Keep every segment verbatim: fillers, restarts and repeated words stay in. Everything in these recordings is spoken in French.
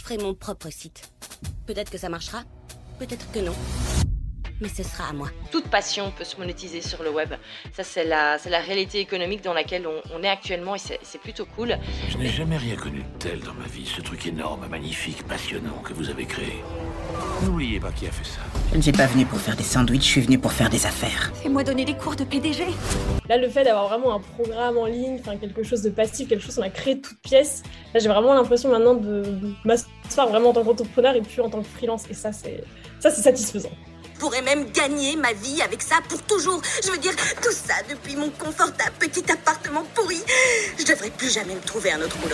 ferai mon propre site. Peut-être que ça marchera, peut-être que non. Mais ce sera à moi. Toute passion peut se monétiser sur le web. Ça, c'est la, c'est la réalité économique dans laquelle on, on est actuellement et c'est, c'est plutôt cool. Je n'ai jamais rien connu de tel dans ma vie. Ce truc énorme, magnifique, passionnant que vous avez créé. N'oubliez pas qui a fait ça. Je ne suis pas venu pour faire des sandwichs, je suis venu pour faire des affaires. Fais-moi donner des cours de P D G. Là, le fait d'avoir vraiment un programme en ligne, enfin quelque chose de passif, quelque chose qu'on a créé de toutes pièces, là, j'ai vraiment l'impression maintenant de m'asseoir vraiment en tant qu'entrepreneur et plus en tant que freelance. Et ça, c'est, ça, c'est satisfaisant. Je pourrais même gagner ma vie avec ça pour toujours. Je veux dire, tout ça depuis mon confortable petit appartement pourri. Je devrais plus jamais me trouver un autre boulot.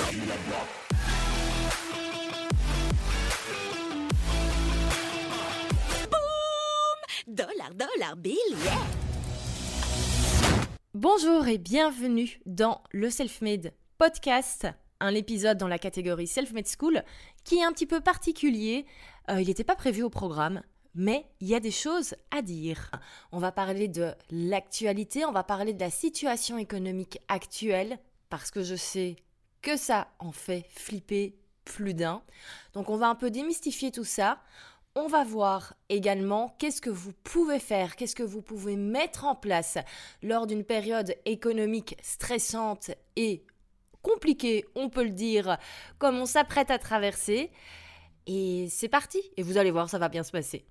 Boum! Dollar, dollar, bill, yeah! Bonjour et bienvenue dans le Self-Made Podcast, un épisode dans la catégorie Self-Made School qui est un petit peu particulier. Euh, il n'était pas prévu au programme. Mais il y a des choses à dire. On va parler de l'actualité, on va parler de la situation économique actuelle, parce que je sais que ça en fait flipper plus d'un. Donc on va un peu démystifier tout ça. On va voir également qu'est-ce que vous pouvez faire, qu'est-ce que vous pouvez mettre en place lors d'une période économique stressante et compliquée, on peut le dire, comme on s'apprête à traverser. Et c'est parti, et vous allez voir, ça va bien se passer.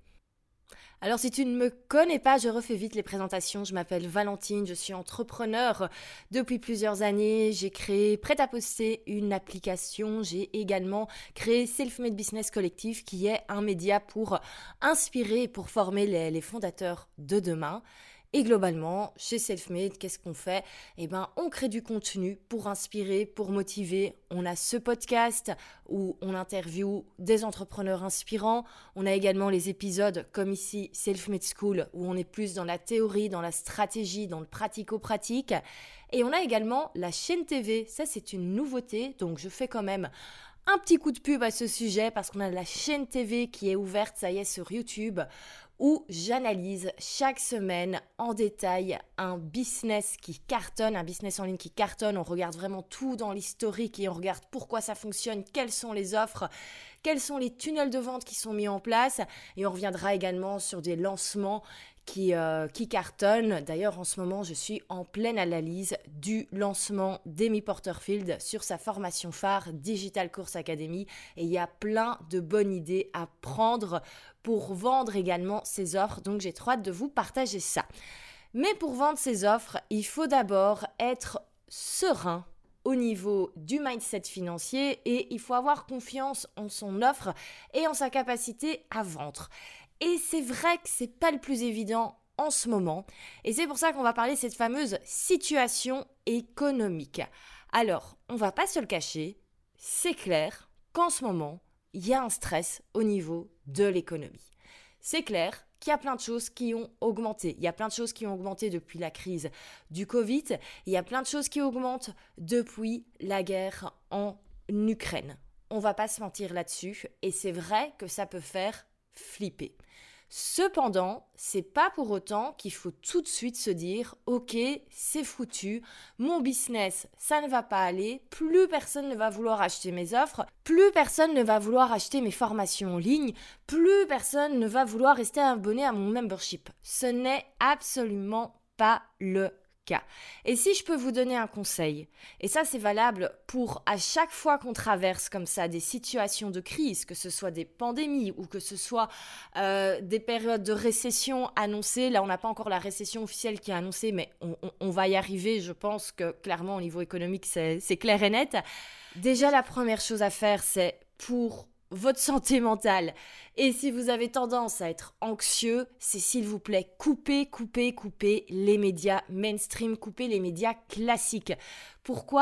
Alors si tu ne me connais pas, je refais vite les présentations. Je m'appelle Valentine, je suis entrepreneur depuis plusieurs années. J'ai créé Prêt-à-Poster, une application. J'ai également créé Self-Made Business Collective qui est un média pour inspirer et pour former les, les fondateurs de demain. Et globalement, chez Self-Made, qu'est-ce qu'on fait ? Eh ben, on crée du contenu pour inspirer, pour motiver. On a ce podcast où on interviewe des entrepreneurs inspirants. On a également les épisodes comme ici, Self-Made School, où on est plus dans la théorie, dans la stratégie, dans le pratico-pratique. Et on a également la chaîne T V. Ça, c'est une nouveauté, donc je fais quand même un petit coup de pub à ce sujet parce qu'on a la chaîne T V qui est ouverte, ça y est, sur YouTube, où j'analyse chaque semaine en détail un business qui cartonne, un business en ligne qui cartonne. On regarde vraiment tout dans l'historique et on regarde pourquoi ça fonctionne, quelles sont les offres, quels sont les tunnels de vente qui sont mis en place. Et on reviendra également sur des lancements qui, euh, qui cartonnent. D'ailleurs, en ce moment, je suis en pleine analyse du lancement d'Amy Porterfield sur sa formation phare Digital Course Academy. Et il y a plein de bonnes idées à prendre pour vendre également ces offres. Donc, j'ai trop hâte de vous partager ça. Mais pour vendre ces offres, il faut d'abord être serein au niveau du mindset financier et il faut avoir confiance en son offre et en sa capacité à vendre. Et c'est vrai que c'est pas le plus évident en ce moment. Et c'est pour ça qu'on va parler de cette fameuse situation économique. Alors, on va pas se le cacher, c'est clair qu'en ce moment, il y a un stress au niveau de l'économie. C'est clair qu'il y a plein de choses qui ont augmenté. Il y a plein de choses qui ont augmenté depuis la crise du Covid. Il y a plein de choses qui augmentent depuis la guerre en Ukraine. On va pas se mentir là-dessus. Et c'est vrai que ça peut faire flipper. Cependant, c'est pas pour autant qu'il faut tout de suite se dire « Ok, c'est foutu, mon business, ça ne va pas aller, plus personne ne va vouloir acheter mes offres, plus personne ne va vouloir acheter mes formations en ligne, plus personne ne va vouloir rester abonné à mon membership. » Ce n'est absolument pas le cas. Et si je peux vous donner un conseil, et ça c'est valable pour à chaque fois qu'on traverse comme ça des situations de crise, que ce soit des pandémies ou que ce soit euh, des périodes de récession annoncées, là on n'a pas encore la récession officielle qui est annoncée, mais on, on, on va y arriver, je pense que clairement au niveau économique c'est, c'est clair et net. Déjà la première chose à faire c'est pour votre santé mentale. Et si vous avez tendance à être anxieux, c'est s'il vous plaît, coupez, coupez, coupez les médias mainstream, coupez les médias classiques. Pourquoi ?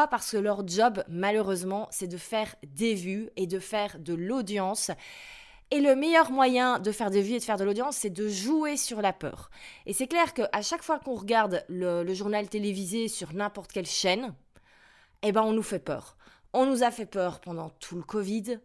Parce que leur job, malheureusement, c'est de faire des vues et de faire de l'audience. Et le meilleur moyen de faire des vues et de faire de l'audience, c'est de jouer sur la peur. Et c'est clair qu'à chaque fois qu'on regarde le, le journal télévisé sur n'importe quelle chaîne, eh ben on nous fait peur. On nous a fait peur pendant tout le Covid.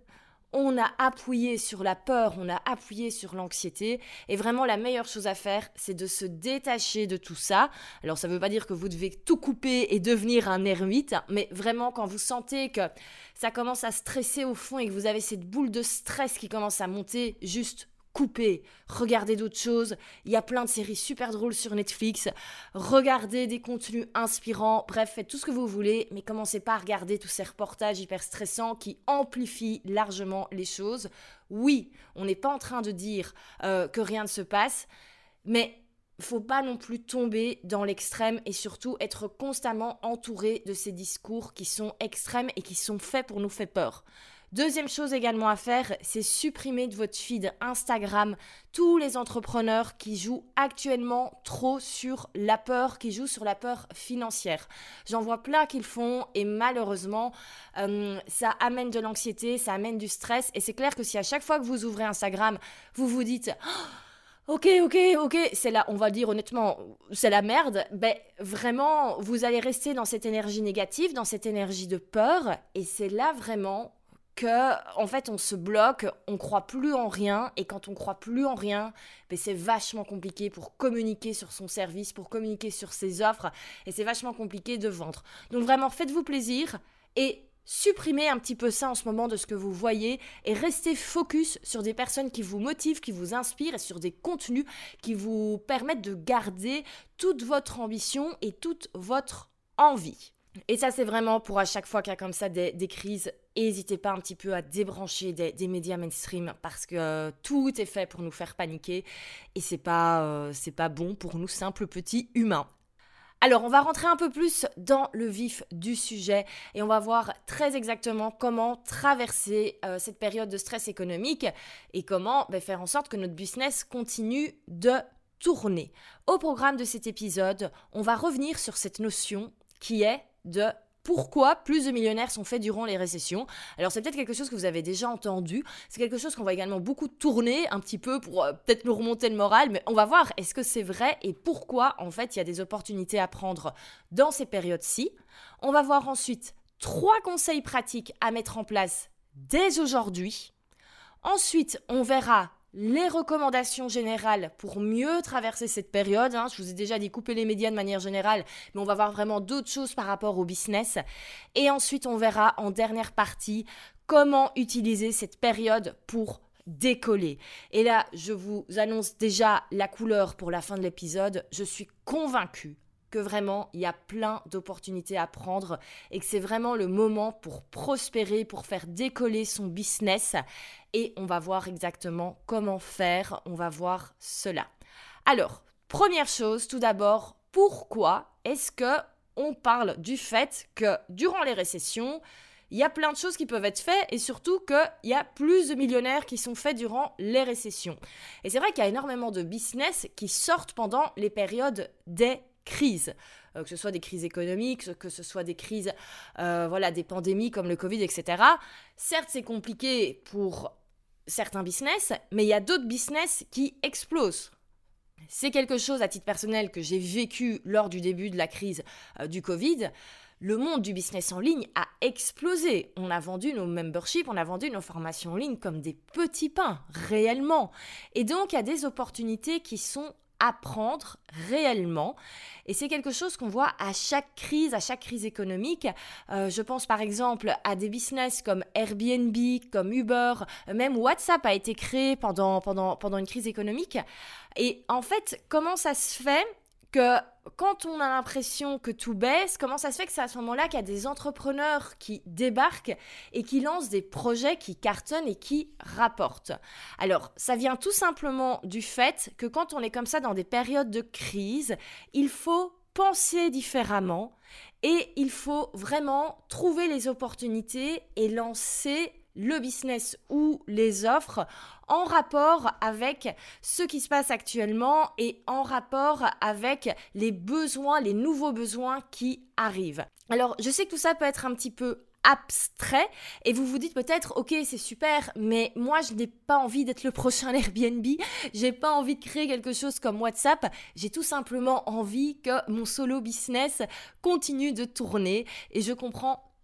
on a appuyé sur la peur, on a appuyé sur l'anxiété. Et vraiment, la meilleure chose à faire, c'est de se détacher de tout ça. Alors, ça ne veut pas dire que vous devez tout couper et devenir un ermite, mais vraiment, quand vous sentez que ça commence à stresser au fond et que vous avez cette boule de stress qui commence à monter, juste coupez, regardez d'autres choses. Il y a plein de séries super drôles sur Netflix. Regardez des contenus inspirants. Bref, faites tout ce que vous voulez, mais commencez pas à regarder tous ces reportages hyper stressants qui amplifient largement les choses. Oui, on n'est pas en train de dire euh, que rien ne se passe, mais faut pas non plus tomber dans l'extrême et surtout être constamment entouré de ces discours qui sont extrêmes et qui sont faits pour nous faire peur. Deuxième chose également à faire, c'est supprimer de votre feed Instagram tous les entrepreneurs qui jouent actuellement trop sur la peur, qui jouent sur la peur financière. J'en vois plein qui le font et malheureusement, euh, ça amène de l'anxiété, ça amène du stress. Et c'est clair que si à chaque fois que vous ouvrez Instagram, vous vous dites oh, « Ok, ok, ok, c'est là, on va dire honnêtement, c'est la merde », ben vraiment, vous allez rester dans cette énergie négative, dans cette énergie de peur. Et c'est là vraiment que, en fait, on se bloque, on croit plus en rien, et quand on croit plus en rien, ben c'est vachement compliqué pour communiquer sur son service, pour communiquer sur ses offres, et c'est vachement compliqué de vendre. Donc vraiment, faites-vous plaisir, et supprimez un petit peu ça en ce moment de ce que vous voyez, et restez focus sur des personnes qui vous motivent, qui vous inspirent, et sur des contenus qui vous permettent de garder toute votre ambition et toute votre envie. Et ça, c'est vraiment pour à chaque fois qu'il y a comme ça des, des crises, n'hésitez pas un petit peu à débrancher des, des médias mainstream parce que euh, tout est fait pour nous faire paniquer et c'est pas, euh, c'est pas bon pour nous simples petits humains. Alors, on va rentrer un peu plus dans le vif du sujet et on va voir très exactement comment traverser euh, cette période de stress économique et comment ben, faire en sorte que notre business continue de tourner. Au programme de cet épisode, on va revenir sur cette notion qui est de pourquoi plus de millionnaires sont faits durant les récessions. Alors c'est peut-être quelque chose que vous avez déjà entendu, c'est quelque chose qu'on va également beaucoup tourner un petit peu pour euh, peut-être nous remonter le moral, mais on va voir est-ce que c'est vrai et pourquoi en fait il y a des opportunités à prendre dans ces périodes-ci. On va voir ensuite trois conseils pratiques à mettre en place dès aujourd'hui. Ensuite, on verra les recommandations générales pour mieux traverser cette période. Hein. Je vous ai déjà dit couper les médias de manière générale, mais on va voir vraiment d'autres choses par rapport au business. Et ensuite, on verra en dernière partie comment utiliser cette période pour décoller. Et là, je vous annonce déjà la couleur pour la fin de l'épisode. Je suis convaincue que vraiment, il y a plein d'opportunités à prendre et que c'est vraiment le moment pour prospérer, pour faire décoller son business. Et on va voir exactement comment faire, on va voir cela. Alors, première chose, tout d'abord, pourquoi est-ce qu'on parle du fait que durant les récessions, il y a plein de choses qui peuvent être faites et surtout qu'il y a plus de millionnaires qui sont faits durant les récessions. Et c'est vrai qu'il y a énormément de business qui sortent pendant les périodes des crises, euh, que ce soit des crises économiques, que ce soit des crises, euh, voilà, des pandémies comme le Covid, et cetera. Certes, c'est compliqué pour certains business, mais il y a d'autres business qui explosent. C'est quelque chose à titre personnel que j'ai vécu lors du début de la crise euh, du Covid. Le monde du business en ligne a explosé. On a vendu nos memberships, on a vendu nos formations en ligne comme des petits pains, réellement. Et donc, il y a des opportunités qui sont à prendre réellement. Et c'est quelque chose qu'on voit à chaque crise, à chaque crise économique. Euh, je pense par exemple à des business comme Airbnb, comme Uber, même WhatsApp a été créé pendant, pendant, pendant une crise économique. Et en fait, comment ça se fait que quand on a l'impression que tout baisse, comment ça se fait que c'est à ce moment-là qu'il y a des entrepreneurs qui débarquent et qui lancent des projets qui cartonnent et qui rapportent? Alors, ça vient tout simplement du fait que quand on est comme ça dans des périodes de crise, il faut penser différemment et il faut vraiment trouver les opportunités et lancer le business ou les offres en rapport avec ce qui se passe actuellement et en rapport avec les besoins, les nouveaux besoins qui arrivent. Alors, je sais que tout ça peut être un petit peu abstrait et vous vous dites peut-être ok c'est super mais moi je n'ai pas envie d'être le prochain Airbnb, j'ai pas envie de créer quelque chose comme WhatsApp, j'ai tout simplement envie que mon solo business continue de tourner et je comprends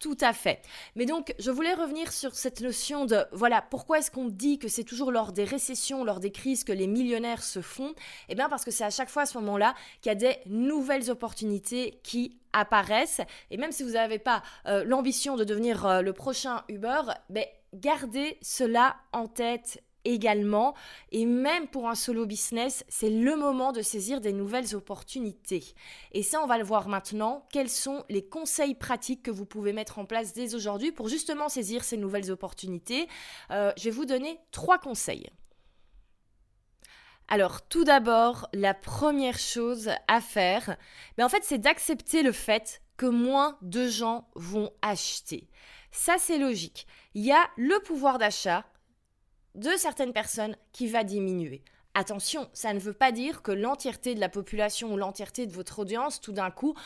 Tout à fait. Mais donc, je voulais revenir sur cette notion de, voilà, pourquoi est-ce qu'on dit que c'est toujours lors des récessions, lors des crises que les millionnaires se font ? Eh bien, parce que c'est à chaque fois à ce moment-là qu'il y a des nouvelles opportunités qui apparaissent. Et même si vous n'avez pas euh, l'ambition de devenir euh, le prochain Uber, ben, gardez cela en tête également. Et même pour un solo business, c'est le moment de saisir des nouvelles opportunités. Et ça, on va le voir maintenant. Quels sont les conseils pratiques que vous pouvez mettre en place dès aujourd'hui pour justement saisir ces nouvelles opportunités ? euh, Je vais vous donner trois conseils. Alors, tout d'abord, la première chose à faire, ben en fait, c'est d'accepter le fait que moins de gens vont acheter. Ça, c'est logique. Il y a le pouvoir d'achat de certaines personnes qui va diminuer. Attention, ça ne veut pas dire que l'entièreté de la population ou l'entièreté de votre audience, tout d'un coup,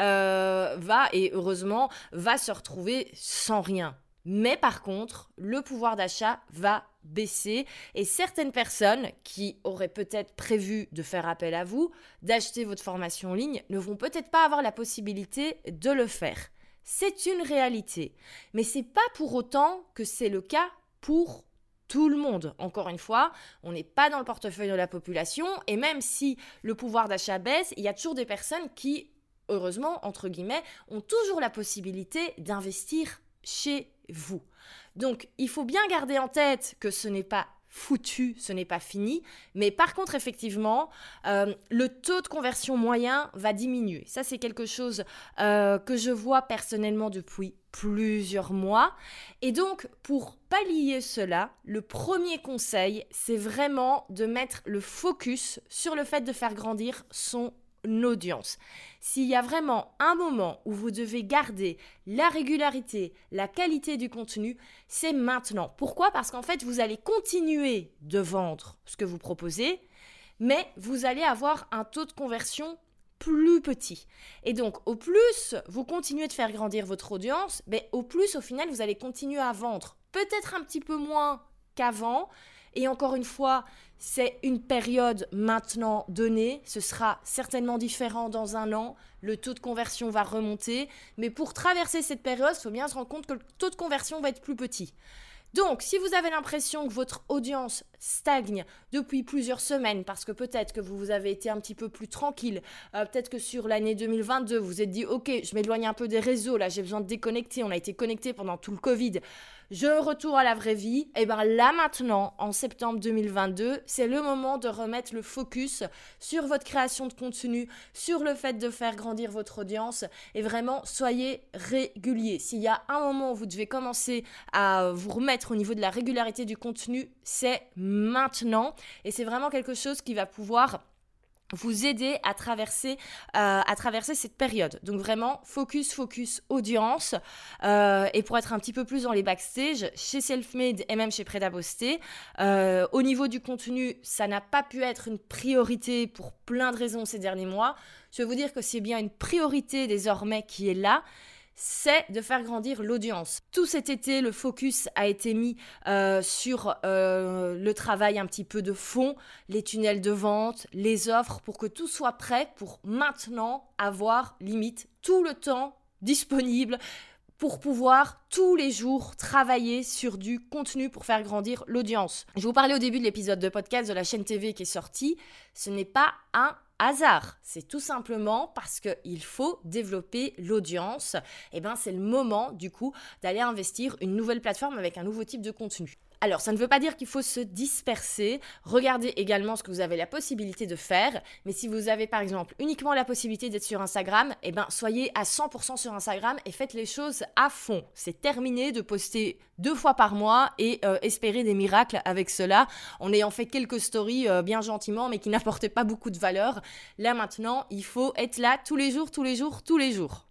euh, va, et heureusement, va se retrouver sans rien. Mais par contre, le pouvoir d'achat va baisser et certaines personnes qui auraient peut-être prévu de faire appel à vous, d'acheter votre formation en ligne, ne vont peut-être pas avoir la possibilité de le faire. C'est une réalité. Mais ce n'est pas pour autant que c'est le cas pour tout le monde. Encore une fois, on n'est pas dans le portefeuille de la population et même si le pouvoir d'achat baisse, il y a toujours des personnes qui, heureusement, entre guillemets, ont toujours la possibilité d'investir chez vous. Donc, il faut bien garder en tête que ce n'est pas foutu, ce n'est pas fini, mais par contre, effectivement, euh, le taux de conversion moyen va diminuer. Ça, c'est quelque chose euh, que je vois personnellement depuis plusieurs mois. Et donc, pour pallier cela, le premier conseil, c'est vraiment de mettre le focus sur le fait de faire grandir son audience. S'il y a vraiment un moment où vous devez garder la régularité, la qualité du contenu, c'est maintenant. Pourquoi ? Parce qu'en fait, vous allez continuer de vendre ce que vous proposez, mais vous allez avoir un taux de conversion plus petit. Et donc, au plus vous continuez de faire grandir votre audience, mais au plus, au final, vous allez continuer à vendre. Peut-être un petit peu moins qu'avant. Et encore une fois, c'est une période maintenant donnée. Ce sera certainement différent dans un an. Le taux de conversion va remonter. Mais pour traverser cette période, il faut bien se rendre compte que le taux de conversion va être plus petit. Donc, si vous avez l'impression que votre audience stagne depuis plusieurs semaines, parce que peut-être que vous avez été un petit peu plus tranquille, euh, peut-être que sur l'année deux mille vingt-deux, vous vous êtes dit « Ok, je m'éloigne un peu des réseaux, là j'ai besoin de déconnecter, on a été connecté pendant tout le Covid, je retourne à la vraie vie », et bien là maintenant, en septembre deux mille vingt-deux, c'est le moment de remettre le focus sur votre création de contenu, sur le fait de faire grandir votre audience, et vraiment, soyez réguliers. S'il y a un moment où vous devez commencer à vous remettre au niveau de la régularité du contenu, c'est maintenant. Et c'est vraiment quelque chose qui va pouvoir vous aider à traverser, euh, à traverser cette période. Donc vraiment, focus, focus, audience. Euh, et pour être un petit peu plus dans les backstage, chez Selfmade et même chez Prêt à Poster, euh, au niveau du contenu, ça n'a pas pu être une priorité pour plein de raisons ces derniers mois. Je vais vous dire que c'est bien une priorité désormais qui est là. C'est de faire grandir l'audience. Tout cet été, le focus a été mis euh, sur euh, le travail un petit peu de fond, les tunnels de vente, les offres, pour que tout soit prêt pour maintenant avoir limite tout le temps disponible pour pouvoir tous les jours travailler sur du contenu pour faire grandir l'audience. Je vous parlais au début de l'épisode de podcast de la chaîne T V qui est sorti. Ce n'est pas un hasard, c'est tout simplement parce qu'il faut développer l'audience. Et bien c'est le moment du coup d'aller investir une nouvelle plateforme avec un nouveau type de contenu. Alors, ça ne veut pas dire qu'il faut se disperser. Regardez également ce que vous avez la possibilité de faire. Mais si vous avez par exemple uniquement la possibilité d'être sur Instagram, eh ben, soyez à cent pour cent sur Instagram et faites les choses à fond. C'est terminé de poster deux fois par mois et euh, espérer des miracles avec cela en ayant fait quelques stories euh, bien gentiment mais qui n'apportaient pas beaucoup de valeur. Là maintenant, il faut être là tous les jours, tous les jours, tous les jours.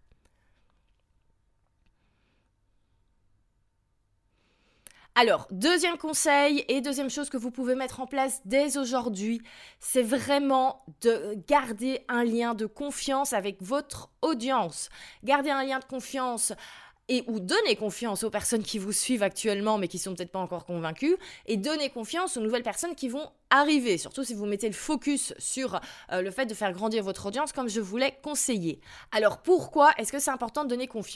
Alors, deuxième conseil et deuxième chose que vous pouvez mettre en place dès aujourd'hui, c'est vraiment de garder un lien de confiance avec votre audience. Garder un lien de confiance et ou donner confiance aux personnes qui vous suivent actuellement mais qui sont peut-être pas encore convaincues et donner confiance aux nouvelles personnes qui vont arriver, surtout si vous mettez le focus sur euh, le fait de faire grandir votre audience comme je vous l'ai conseillé. Alors, pourquoi est-ce que c'est important de donner confiance ?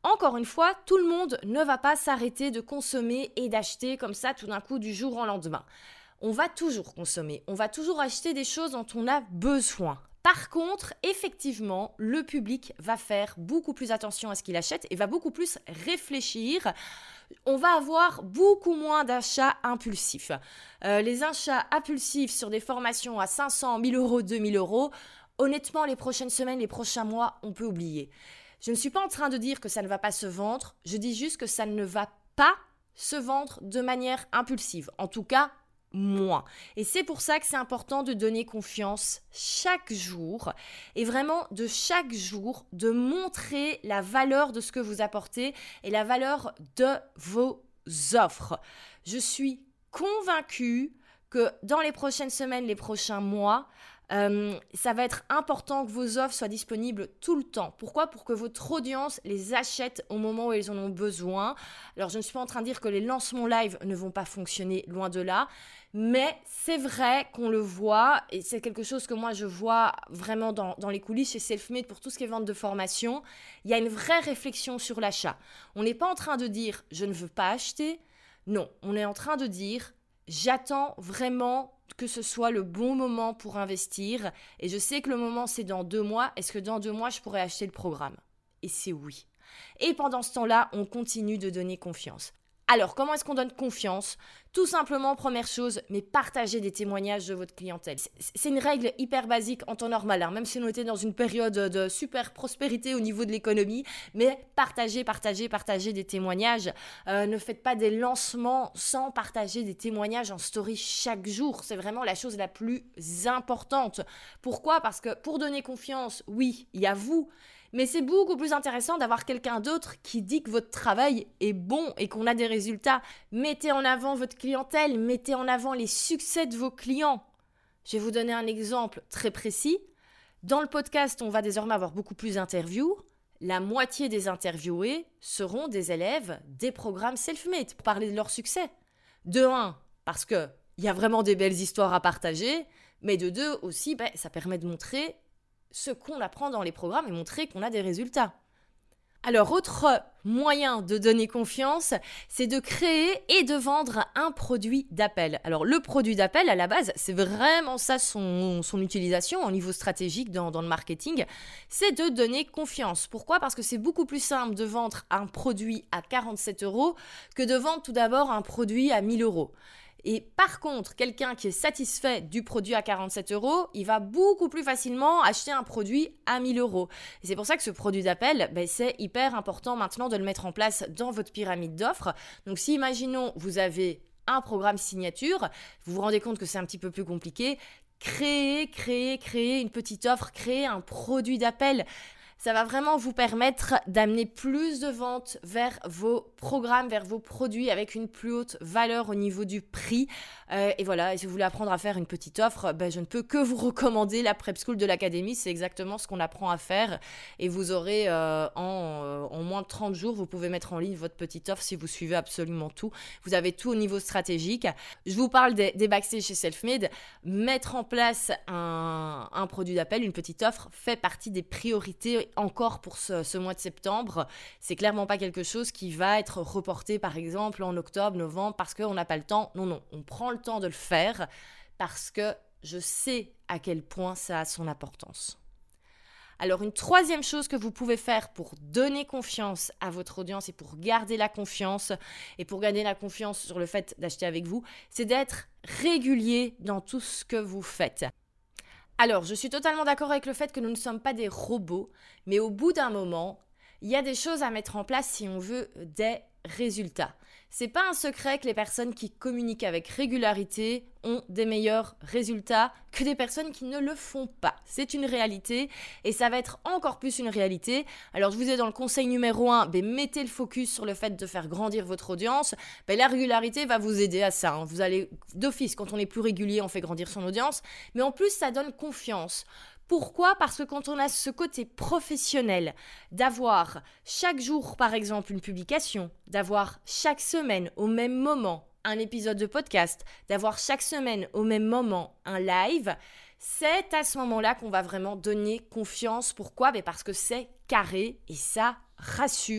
encore une fois, tout le monde ne va pas s'arrêter de consommer et d'acheter comme ça tout d'un coup du jour au lendemain. On va toujours consommer, on va toujours acheter des choses dont on a besoin. Par contre, effectivement, le public va faire beaucoup plus attention à ce qu'il achète et va beaucoup plus réfléchir. On va avoir beaucoup moins d'achats impulsifs. Euh, les achats impulsifs sur des formations à cinq cents, mille euros, deux mille euros, honnêtement, les prochaines semaines, les prochains mois, on peut oublier. Je ne suis pas en train de dire que ça ne va pas se vendre, je dis juste que ça ne va pas se vendre de manière impulsive. En tout cas, moins. Et c'est pour ça que c'est important de donner confiance chaque jour et vraiment de chaque jour de montrer la valeur de ce que vous apportez et la valeur de vos offres. Je suis convaincue que dans les prochaines semaines, les prochains mois, Euh, ça va être important que vos offres soient disponibles tout le temps. Pourquoi ? Pour que votre audience les achète au moment où ils en ont besoin. Alors, je ne suis pas en train de dire que les lancements live ne vont pas fonctionner, loin de là. Mais c'est vrai qu'on le voit, et c'est quelque chose que moi je vois vraiment dans, dans les coulisses chez Selfmade pour tout ce qui est vente de formation. Il y a une vraie réflexion sur l'achat. On n'est pas en train de dire « je ne veux pas acheter ». Non, on est en train de dire « j'attends vraiment que ce soit le bon moment pour investir et je sais que le moment c'est dans deux mois, est-ce que dans deux mois je pourrais acheter le programme ?» Et c'est oui. Et pendant ce temps-là, on continue de donner confiance. Alors, comment est-ce qu'on donne confiance ? Tout simplement, première chose, mais partagez des témoignages de votre clientèle. C'est une règle hyper basique en temps normal, hein, même si on était dans une période de super prospérité au niveau de l'économie, mais partagez, partagez, partagez des témoignages. Euh, ne faites pas des lancements sans partager des témoignages en story chaque jour. C'est vraiment la chose la plus importante. Pourquoi ? Parce que pour donner confiance, oui, il y a vous, mais c'est beaucoup plus intéressant d'avoir quelqu'un d'autre qui dit que votre travail est bon et qu'on a des résultats. Mettez en avant votre clientèle, mettez en avant les succès de vos clients. Je vais vous donner un exemple très précis. Dans le podcast, on va désormais avoir beaucoup plus d'interviews. La moitié des interviewés seront des élèves des programmes Selfmade pour parler de leur succès. De un, parce qu'il y a vraiment des belles histoires à partager, mais de deux aussi, ben, ça permet de montrer ce qu'on apprend dans les programmes et montrer qu'on a des résultats. Alors, autre moyen de donner confiance, c'est de créer et de vendre un produit d'appel. Alors, le produit d'appel, à la base, c'est vraiment ça son, son utilisation au niveau stratégique dans, dans le marketing, c'est de donner confiance. Pourquoi ? Parce que c'est beaucoup plus simple de vendre un produit à quarante-sept euros que de vendre tout d'abord un produit à mille euros. Et par contre, quelqu'un qui est satisfait du produit à quarante-sept euros, il va beaucoup plus facilement acheter un produit à mille euros. Et c'est pour ça que ce produit d'appel, ben, c'est hyper important maintenant de le mettre en place dans votre pyramide d'offres. Donc si, imaginons, vous avez un programme signature, vous vous rendez compte que c'est un petit peu plus compliqué, créez, créez, créez une petite offre, créez un produit d'appel. Ça va vraiment vous permettre d'amener plus de ventes vers vos programmes, vers vos produits avec une plus haute valeur au niveau du prix. Euh, et voilà, et si vous voulez apprendre à faire une petite offre, ben, je ne peux que vous recommander la Prep School de l'Académie. C'est exactement ce qu'on apprend à faire. Et vous aurez euh, en, euh, en moins de trente jours, vous pouvez mettre en ligne votre petite offre si vous suivez absolument tout. Vous avez tout au niveau stratégique. Je vous parle des, des backstage chez Selfmade. Mettre en place un, un produit d'appel, une petite offre, fait partie des priorités encore pour ce, ce mois de septembre. C'est clairement pas quelque chose qui va être reporté par exemple en octobre, novembre parce qu'on n'a pas le temps. Non, non, on prend le temps de le faire parce que je sais à quel point ça a son importance. Alors une troisième chose que vous pouvez faire pour donner confiance à votre audience et pour garder la confiance et pour garder la confiance sur le fait d'acheter avec vous, c'est d'être régulier dans tout ce que vous faites. Alors, je suis totalement d'accord avec le fait que nous ne sommes pas des robots, mais au bout d'un moment, il y a des choses à mettre en place si on veut des résultats. C'est pas un secret que les personnes qui communiquent avec régularité ont des meilleurs résultats que des personnes qui ne le font pas. C'est une réalité et ça va être encore plus une réalité. Alors je vous ai dans le conseil numéro un, ben, mettez le focus sur le fait de faire grandir votre audience. Ben, la régularité va vous aider à ça. Hein. Vous allez d'office, quand on est plus régulier, on fait grandir son audience. Mais en plus, ça donne confiance. Pourquoi ? Parce que quand on a ce côté professionnel, d'avoir chaque jour, par exemple, une publication, d'avoir chaque semaine, au même moment, un épisode de podcast, d'avoir chaque semaine, au même moment, un live, c'est à ce moment-là qu'on va vraiment donner confiance. Pourquoi ? Mais parce que c'est carré et ça rassure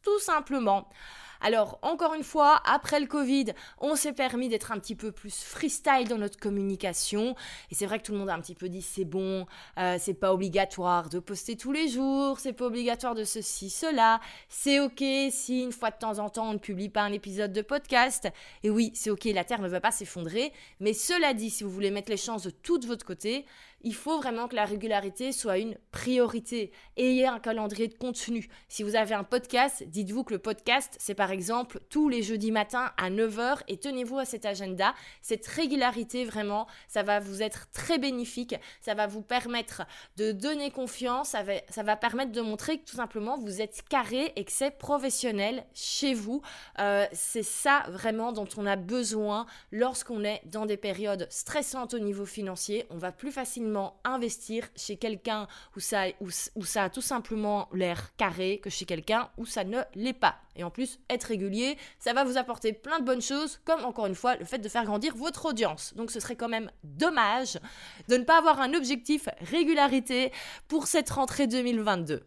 tout simplement. Alors, encore une fois, après le Covid, on s'est permis d'être un petit peu plus freestyle dans notre communication. Et c'est vrai que tout le monde a un petit peu dit, c'est bon, euh, c'est pas obligatoire de poster tous les jours, c'est pas obligatoire de ceci, cela. C'est ok si une fois de temps en temps, on ne publie pas un épisode de podcast. Et oui, c'est ok, la Terre ne va pas s'effondrer. Mais cela dit, si vous voulez mettre les chances de tout de votre côté, il faut vraiment que la régularité soit une priorité. Ayez un calendrier de contenu. Si vous avez un podcast, dites-vous que le podcast, c'est par exemple tous les jeudis matins à neuf heures et tenez-vous à cet agenda. Cette régularité, vraiment, ça va vous être très bénéfique. Ça va vous permettre de donner confiance. Ça va, ça va permettre de montrer que tout simplement, vous êtes carré et que c'est professionnel chez vous. Euh, c'est ça vraiment dont on a besoin lorsqu'on est dans des périodes stressantes au niveau financier. On va plus facilement investir chez quelqu'un où ça, où, où ça a tout simplement l'air carré que chez quelqu'un où ça ne l'est pas. Et en plus, être régulier, ça va vous apporter plein de bonnes choses, comme encore une fois, le fait de faire grandir votre audience. Donc ce serait quand même dommage de ne pas avoir un objectif régularité pour cette rentrée deux mille vingt-deux.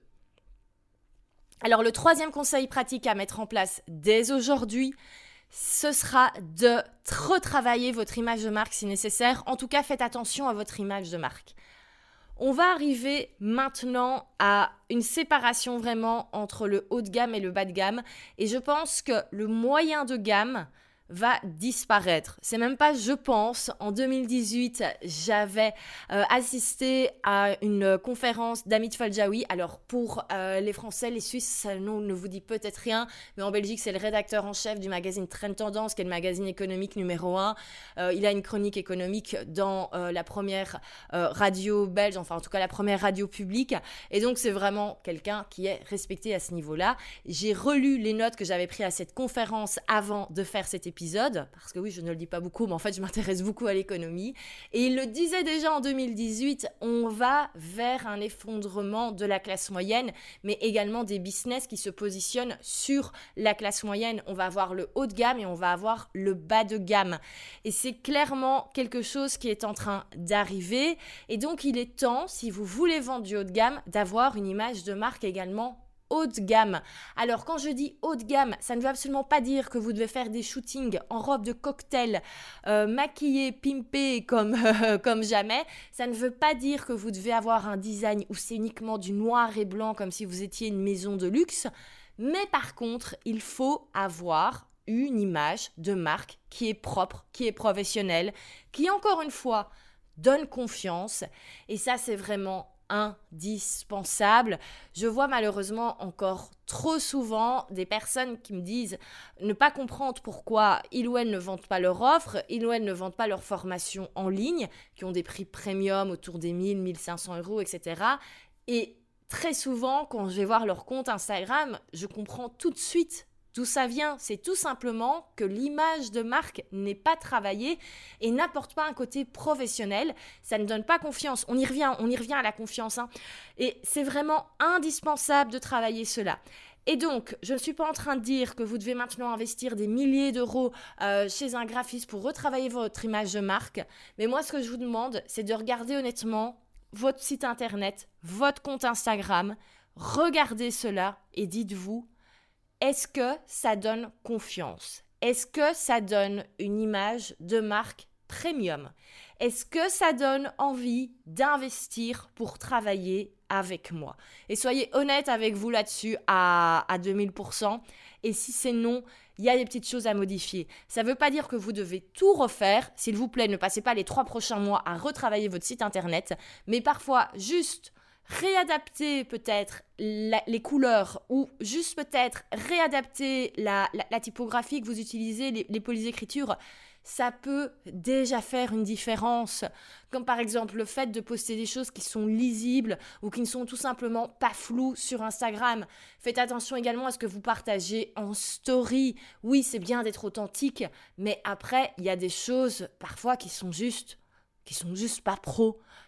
Alors le troisième conseil pratique à mettre en place dès aujourd'hui, ce sera de retravailler votre image de marque si nécessaire. En tout cas, faites attention à votre image de marque. On va arriver maintenant à une séparation vraiment entre le haut de gamme et le bas de gamme. Et je pense que le moyen de gamme va disparaître. C'est même pas je pense. En deux mille dix-huit, j'avais euh, assisté à une conférence d'Hamid Faljaoui. Alors pour euh, les Français, les Suisses, ça nom ne vous dit peut-être rien, mais en Belgique, c'est le rédacteur en chef du magazine Trend Tendance, qui est le magazine économique numéro un. Euh, il a une chronique économique dans euh, la première euh, radio belge, enfin en tout cas la première radio publique. Et donc c'est vraiment quelqu'un qui est respecté à ce niveau-là. J'ai relu les notes que j'avais prises à cette conférence avant de faire cet épisode. Épisode, parce que oui, je ne le dis pas beaucoup, mais en fait, je m'intéresse beaucoup à l'économie. Et il le disait déjà en deux mille dix-huit, on va vers un effondrement de la classe moyenne, mais également des business qui se positionnent sur la classe moyenne. On va avoir le haut de gamme et on va avoir le bas de gamme. Et c'est clairement quelque chose qui est en train d'arriver. Et donc, il est temps, si vous voulez vendre du haut de gamme, d'avoir une image de marque également haut de gamme. Alors quand je dis haut de gamme, ça ne veut absolument pas dire que vous devez faire des shootings en robe de cocktail, euh, maquillés, pimpés comme, euh, comme jamais. Ça ne veut pas dire que vous devez avoir un design où c'est uniquement du noir et blanc comme si vous étiez une maison de luxe. Mais par contre, il faut avoir une image de marque qui est propre, qui est professionnelle, qui encore une fois donne confiance. Et ça, c'est vraiment indispensable. Je vois malheureusement encore trop souvent des personnes qui me disent ne pas comprendre pourquoi ils ou elles ne vendent pas leur offre, ils ou elles ne vendent pas leur formation en ligne, qui ont des prix premium autour des mille, mille cinq cents euros, et cetera. Et très souvent, quand je vais voir leur compte Instagram, je comprends tout de suite d'où ça vient. C'est tout simplement que l'image de marque n'est pas travaillée et n'apporte pas un côté professionnel. Ça ne donne pas confiance. On y revient, on y revient à la confiance, hein. Et c'est vraiment indispensable de travailler cela. Et donc, je ne suis pas en train de dire que vous devez maintenant investir des milliers d'euros euh, chez un graphiste pour retravailler votre image de marque. Mais moi, ce que je vous demande, c'est de regarder honnêtement votre site internet, votre compte Instagram. Regardez cela et dites-vous, est-ce que ça donne confiance? Est-ce que ça donne une image de marque premium? Est-ce que ça donne envie d'investir pour travailler avec moi? Et soyez honnête avec vous là-dessus à, à deux mille pour cent. Et si c'est non, il y a des petites choses à modifier. Ça ne veut pas dire que vous devez tout refaire. S'il vous plaît, ne passez pas les trois prochains mois à retravailler votre site internet. Mais parfois, juste réadapter peut-être la, les couleurs ou juste peut-être réadapter la, la, la typographie que vous utilisez, les, les polices d'écriture, ça peut déjà faire une différence. Comme par exemple le fait de poster des choses qui sont lisibles ou qui ne sont tout simplement pas floues sur Instagram. Faites attention également à ce que vous partagez en story. Oui, c'est bien d'être authentique, mais après, il y a des choses parfois qui sont juste, qui sont juste pas pro.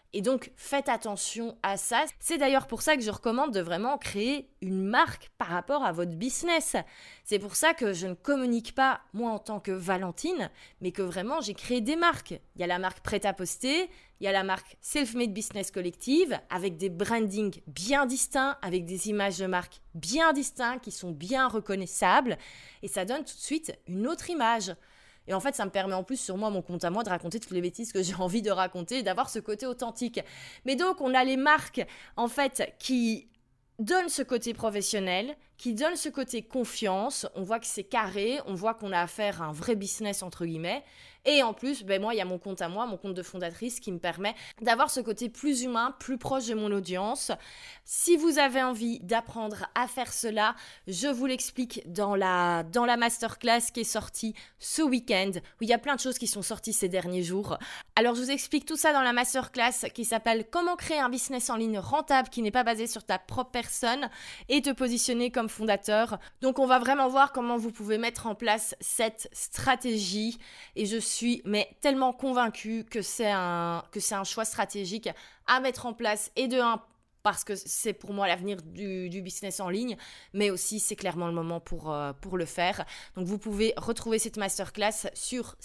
Et donc, faites attention à ça. C'est d'ailleurs pour ça que je recommande de vraiment créer une marque par rapport à votre business. C'est pour ça que je ne communique pas, moi, en tant que Valentine, mais que vraiment, j'ai créé des marques. Il y a la marque Prêt-à-Poster, il y a la marque Self-Made Business Collective, avec des brandings bien distincts, avec des images de marque bien distinctes, qui sont bien reconnaissables. Et ça donne tout de suite une autre image. Et en fait, ça me permet en plus, sur moi, mon compte à moi, de raconter toutes les bêtises que j'ai envie de raconter et d'avoir ce côté authentique. Mais donc, on a les marques, en fait, qui donnent ce côté professionnel, qui donnent ce côté confiance. On voit que c'est carré, on voit qu'on a affaire à un vrai business, entre guillemets. Et en plus, ben moi, il y a mon compte à moi, mon compte de fondatrice qui me permet d'avoir ce côté plus humain, plus proche de mon audience. Si vous avez envie d'apprendre à faire cela, je vous l'explique dans la, dans la masterclass qui est sortie ce week-end, où il y a plein de choses qui sont sorties ces derniers jours. Alors, je vous explique tout ça dans la masterclass qui s'appelle « Comment créer un business en ligne rentable qui n'est pas basé sur ta propre personne et te positionner comme fondateur ». Donc, on va vraiment voir comment vous pouvez mettre en place cette stratégie et je suis Je suis mais tellement convaincue que c'est un, que c'est un choix stratégique à mettre en place et de un, parce que c'est pour moi l'avenir du, du business en ligne, mais aussi c'est clairement le moment pour, euh, pour le faire. Donc vous pouvez retrouver cette masterclass sur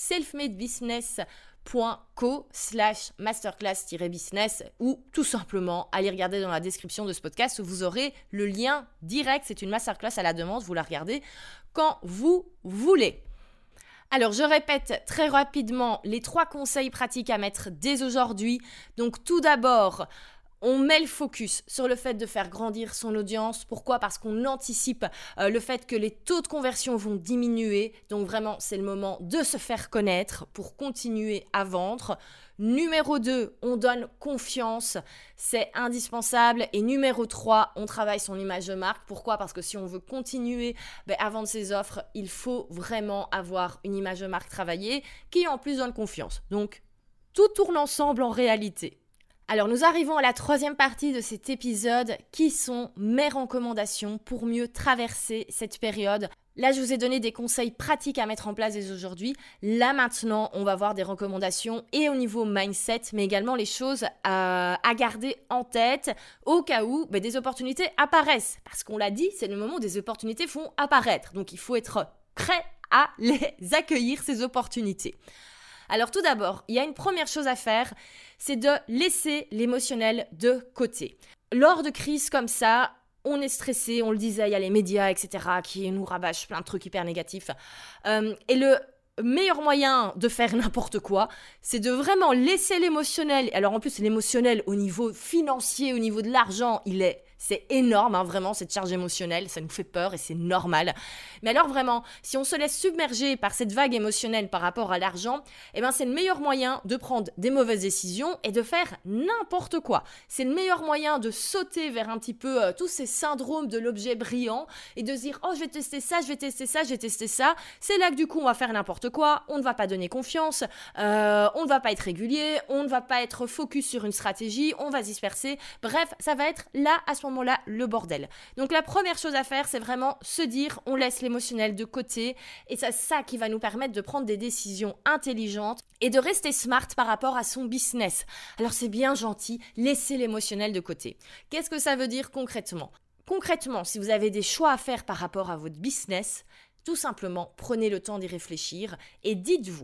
selfmadebusiness.co slash masterclass-business ou tout simplement aller regarder dans la description de ce podcast où vous aurez le lien direct. C'est une masterclass à la demande, vous la regardez quand vous voulez. Alors, je répète très rapidement les trois conseils pratiques à mettre dès aujourd'hui. Donc, tout d'abord, on met le focus sur le fait de faire grandir son audience. Pourquoi ? Parce qu'on anticipe euh, le fait que les taux de conversion vont diminuer. Donc, vraiment, c'est le moment de se faire connaître pour continuer à vendre. Numéro deux, on donne confiance, c'est indispensable. Et numéro trois, on travaille son image de marque. Pourquoi ? Parce que si on veut continuer ben, à vendre ses offres, il faut vraiment avoir une image de marque travaillée qui en plus donne confiance. Donc, tout tourne ensemble en réalité. Alors, nous arrivons à la troisième partie de cet épisode qui sont mes recommandations pour mieux traverser cette période. Là, je vous ai donné des conseils pratiques à mettre en place dès aujourd'hui. Là, maintenant, on va voir des recommandations et au niveau mindset, mais également les choses à, à garder en tête au cas où ben, des opportunités apparaissent. Parce qu'on l'a dit, c'est le moment où des opportunités font apparaître. Donc, il faut être prêt à les accueillir, ces opportunités. Alors tout d'abord, il y a une première chose à faire, c'est de laisser l'émotionnel de côté. Lors de crises comme ça, on est stressé, on le disait, il y a les médias, et cetera, qui nous rabâchent plein de trucs hyper négatifs. Euh, et le meilleur moyen de faire n'importe quoi, c'est de vraiment laisser l'émotionnel. Alors en plus, l'émotionnel au niveau financier, au niveau de l'argent, il est... C'est énorme, hein, vraiment, cette charge émotionnelle, ça nous fait peur et c'est normal. Mais alors vraiment, si on se laisse submerger par cette vague émotionnelle par rapport à l'argent, eh ben, c'est le meilleur moyen de prendre des mauvaises décisions et de faire n'importe quoi. C'est le meilleur moyen de sauter vers un petit peu euh, tous ces syndromes de l'objet brillant et de se dire « Oh, je vais tester ça, je vais tester ça, je vais tester ça ». C'est là que du coup, on va faire n'importe quoi, on ne va pas donner confiance, euh, on ne va pas être régulier, on ne va pas être focus sur une stratégie, on va se disperser. Bref, ça va être là, à ce moment moment-là le bordel. Donc la première chose à faire, c'est vraiment se dire on laisse l'émotionnel de côté et c'est ça qui va nous permettre de prendre des décisions intelligentes et de rester smart par rapport à son business. Alors c'est bien gentil, laissez l'émotionnel de côté. Qu'est-ce que ça veut dire concrètement ? Concrètement, si vous avez des choix à faire par rapport à votre business, tout simplement prenez le temps d'y réfléchir et dites-vous,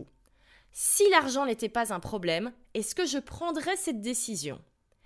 si l'argent n'était pas un problème, est-ce que je prendrais cette décision ?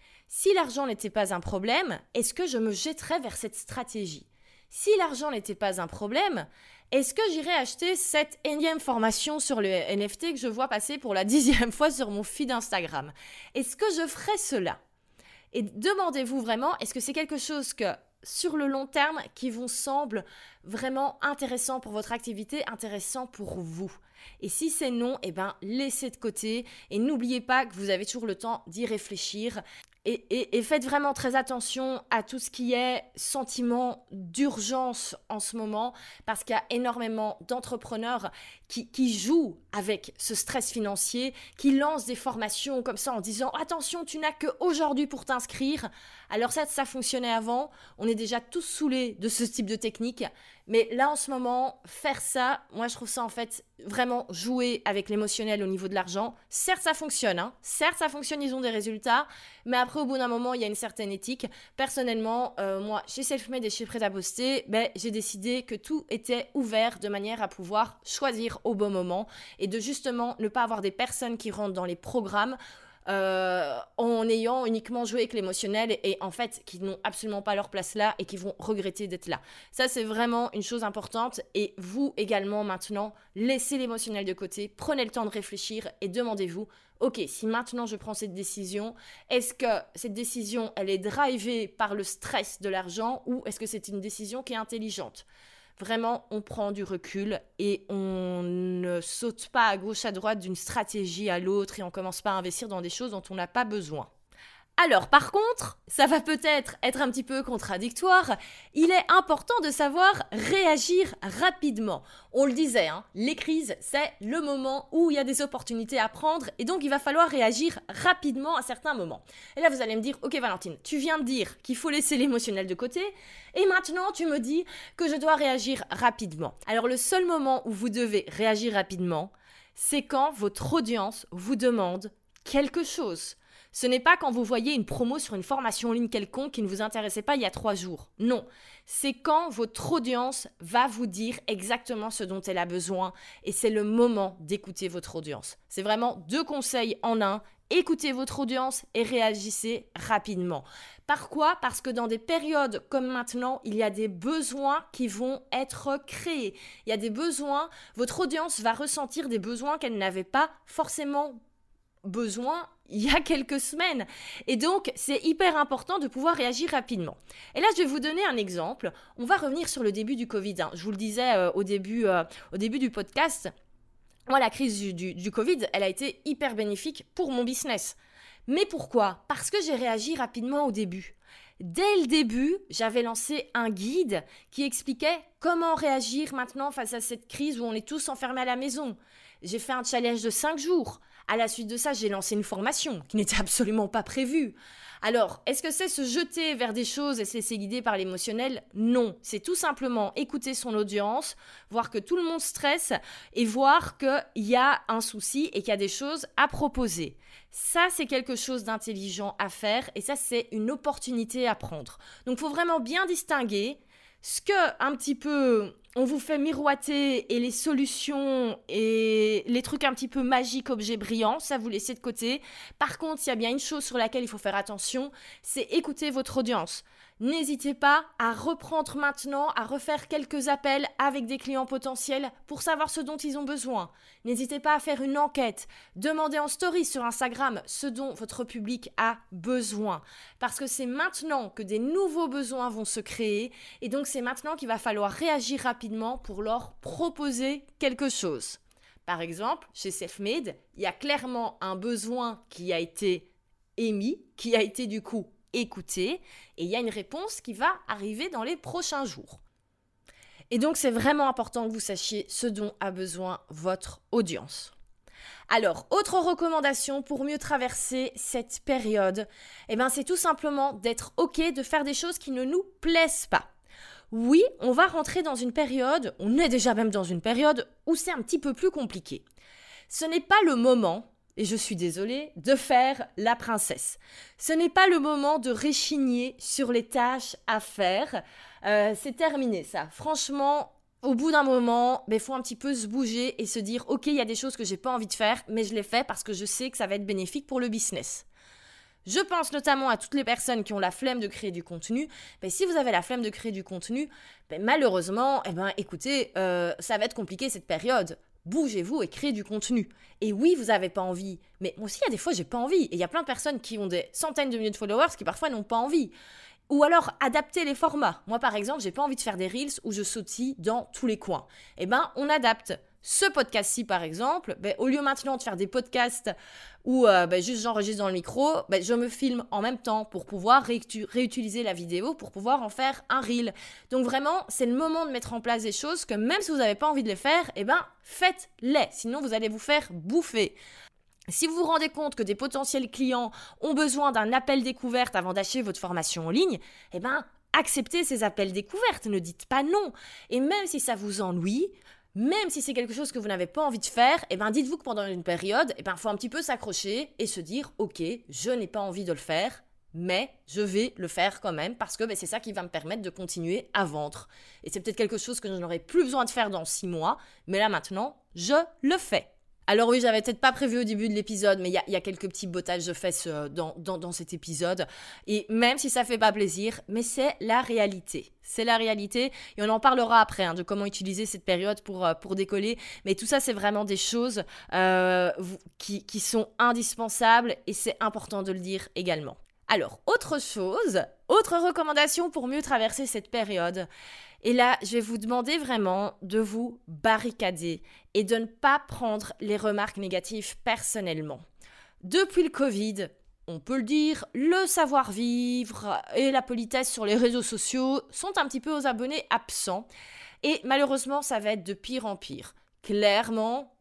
Si l'argent n'était pas un problème, est-ce que je me jetterais vers cette stratégie ? Si l'argent n'était pas un problème, est-ce que j'irais acheter cette énième formation sur le N F T que je vois passer pour la dixième fois sur mon feed Instagram ? Est-ce que je ferais cela ? Et demandez-vous vraiment, est-ce que c'est quelque chose que, sur le long terme, qui vous semble vraiment intéressant pour votre activité, intéressant pour vous ? Et si c'est non, eh ben, laissez de côté et n'oubliez pas que vous avez toujours le temps d'y réfléchir. Et, et, et faites vraiment très attention à tout ce qui est sentiment d'urgence en ce moment parce qu'il y a énormément d'entrepreneurs qui, qui jouent avec ce stress financier, qui lance des formations comme ça en disant « Attention, tu n'as qu'aujourd'hui pour t'inscrire ». Alors ça, ça fonctionnait avant. On est déjà tous saoulés de ce type de technique. Mais là, en ce moment, faire ça, moi, je trouve ça en fait vraiment jouer avec l'émotionnel au niveau de l'argent. Certes, ça fonctionne. Hein. Certes, ça fonctionne, ils ont des résultats. Mais après, au bout d'un moment, il y a une certaine éthique. Personnellement, euh, moi, chez Selfmade et chez Prêt à Poster, ben, j'ai décidé que tout était ouvert de manière à pouvoir choisir au bon moment et de justement ne pas avoir des personnes qui rentrent dans les programmes Euh, en ayant uniquement joué avec l'émotionnel et, et en fait qui n'ont absolument pas leur place là et qui vont regretter d'être là. Ça, c'est vraiment une chose importante. Et vous également maintenant, laissez l'émotionnel de côté, prenez le temps de réfléchir et demandez-vous, ok, si maintenant je prends cette décision, est-ce que cette décision elle est drivée par le stress de l'argent ou est-ce que c'est une décision qui est intelligente? Vraiment, on prend du recul et on ne saute pas à gauche, à droite d'une stratégie à l'autre et on ne commence pas à investir dans des choses dont on n'a pas besoin. Alors, par contre, ça va peut-être être un petit peu contradictoire, il est important de savoir réagir rapidement. On le disait, hein, les crises, c'est le moment où il y a des opportunités à prendre et donc il va falloir réagir rapidement à certains moments. Et là, vous allez me dire, ok Valentine, tu viens de dire qu'il faut laisser l'émotionnel de côté et maintenant tu me dis que je dois réagir rapidement. Alors, le seul moment où vous devez réagir rapidement, c'est quand votre audience vous demande quelque chose. Ce n'est pas quand vous voyez une promo sur une formation en ligne quelconque qui ne vous intéressait pas il y a trois jours. Non, c'est quand votre audience va vous dire exactement ce dont elle a besoin et c'est le moment d'écouter votre audience. C'est vraiment deux conseils en un. Écoutez votre audience et réagissez rapidement. Par quoi? Parce que dans des périodes comme maintenant, il y a des besoins qui vont être créés. Il y a des besoins, votre audience va ressentir des besoins qu'elle n'avait pas forcément besoin il y a quelques semaines. Et donc, c'est hyper important de pouvoir réagir rapidement. Et là, je vais vous donner un exemple. On va revenir sur le début du Covid. Hein. Je vous le disais euh, au, début, euh, au début du podcast. Moi, la crise du, du, du Covid, elle a été hyper bénéfique pour mon business. Mais pourquoi? Parce que j'ai réagi rapidement au début. Dès le début, j'avais lancé un guide qui expliquait comment réagir maintenant face à cette crise où on est tous enfermés à la maison. J'ai fait un challenge de cinq jours. À la suite de ça, j'ai lancé une formation qui n'était absolument pas prévue. Alors, est-ce que c'est se jeter vers des choses et se laisser guider par l'émotionnel? Non, c'est tout simplement écouter son audience, voir que tout le monde stresse et voir qu'il y a un souci et qu'il y a des choses à proposer. Ça, c'est quelque chose d'intelligent à faire et ça, c'est une opportunité à prendre. Donc, il faut vraiment bien distinguer ce que, un petit peu, on vous fait miroiter et les solutions et les trucs un petit peu magiques, objets brillants, ça vous laissez de côté. Par contre, il y a bien une chose sur laquelle il faut faire attention, c'est écouter votre audience. N'hésitez pas à reprendre maintenant, à refaire quelques appels avec des clients potentiels pour savoir ce dont ils ont besoin. N'hésitez pas à faire une enquête, demandez en story sur Instagram ce dont votre public a besoin. Parce que c'est maintenant que des nouveaux besoins vont se créer et donc c'est maintenant qu'il va falloir réagir rapidement pour leur proposer quelque chose. Par exemple, chez Selfmade, il y a clairement un besoin qui a été émis, qui a été du coup écouter et il y a une réponse qui va arriver dans les prochains jours. Et donc, c'est vraiment important que vous sachiez ce dont a besoin votre audience. Alors, autre recommandation pour mieux traverser cette période, eh ben, c'est tout simplement d'être OK de faire des choses qui ne nous plaisent pas. Oui, on va rentrer dans une période, on est déjà même dans une période où c'est un petit peu plus compliqué. Ce n'est pas le moment, et je suis désolée, de faire la princesse. Ce n'est pas le moment de réchigner sur les tâches à faire. Euh, c'est terminé ça. Franchement, au bout d'un moment, il faut un petit peu se bouger et se dire « Ok, il y a des choses que j'ai pas envie de faire, mais je les fais parce que je sais que ça va être bénéfique pour le business. » Je pense notamment à toutes les personnes qui ont la flemme de créer du contenu. Ben, si vous avez la flemme de créer du contenu, ben, malheureusement, eh ben, écoutez, euh, ça va être compliqué cette période. Bougez-vous et créez du contenu. Et oui, vous n'avez pas envie. Mais moi aussi, il y a des fois, j'ai pas envie. Et il y a plein de personnes qui ont des centaines de milliers de followers qui parfois n'ont pas envie. Ou alors, adapter les formats. Moi, par exemple, j'ai pas envie de faire des reels où je sautille dans tous les coins. Eh ben, on adapte. ce podcast-ci, par exemple, ben, au lieu maintenant de faire des podcasts où euh, ben, juste j'enregistre dans le micro, ben, je me filme en même temps pour pouvoir réutu- réutiliser la vidéo, pour pouvoir en faire un reel. Donc vraiment, c'est le moment de mettre en place des choses que même si vous n'avez pas envie de les faire, eh ben, faites-les. Sinon, vous allez vous faire bouffer. Si vous vous rendez compte que des potentiels clients ont besoin d'un appel découverte avant d'acheter votre formation en ligne, eh ben, acceptez ces appels découvertes, ne dites pas non. Et même si ça vous ennuie, même si c'est quelque chose que vous n'avez pas envie de faire, eh ben dites-vous que pendant une période, eh ben faut un petit peu s'accrocher et se dire « Ok, je n'ai pas envie de le faire, mais je vais le faire quand même parce que ben, c'est ça qui va me permettre de continuer à vendre. » Et c'est peut-être quelque chose que je n'aurai plus besoin de faire dans six mois, mais là maintenant, je le fais. Alors oui, j'avais peut-être pas prévu au début de l'épisode, mais il y, y a quelques petits bottages de fesses euh, dans, dans, dans cet épisode. Et même si ça fait pas plaisir, mais c'est la réalité. C'est la réalité. Et on en parlera après, hein, de comment utiliser cette période pour, euh, pour décoller. Mais tout ça, c'est vraiment des choses euh, qui, qui sont indispensables et c'est important de le dire également. Alors, autre chose, autre recommandation pour mieux traverser cette période. Et là, je vais vous demander vraiment de vous barricader et de ne pas prendre les remarques négatives personnellement. Depuis le Covid, on peut le dire, le savoir-vivre et la politesse sur les réseaux sociaux sont un petit peu aux abonnés absents. Et malheureusement, ça va être de pire en pire. Clairement,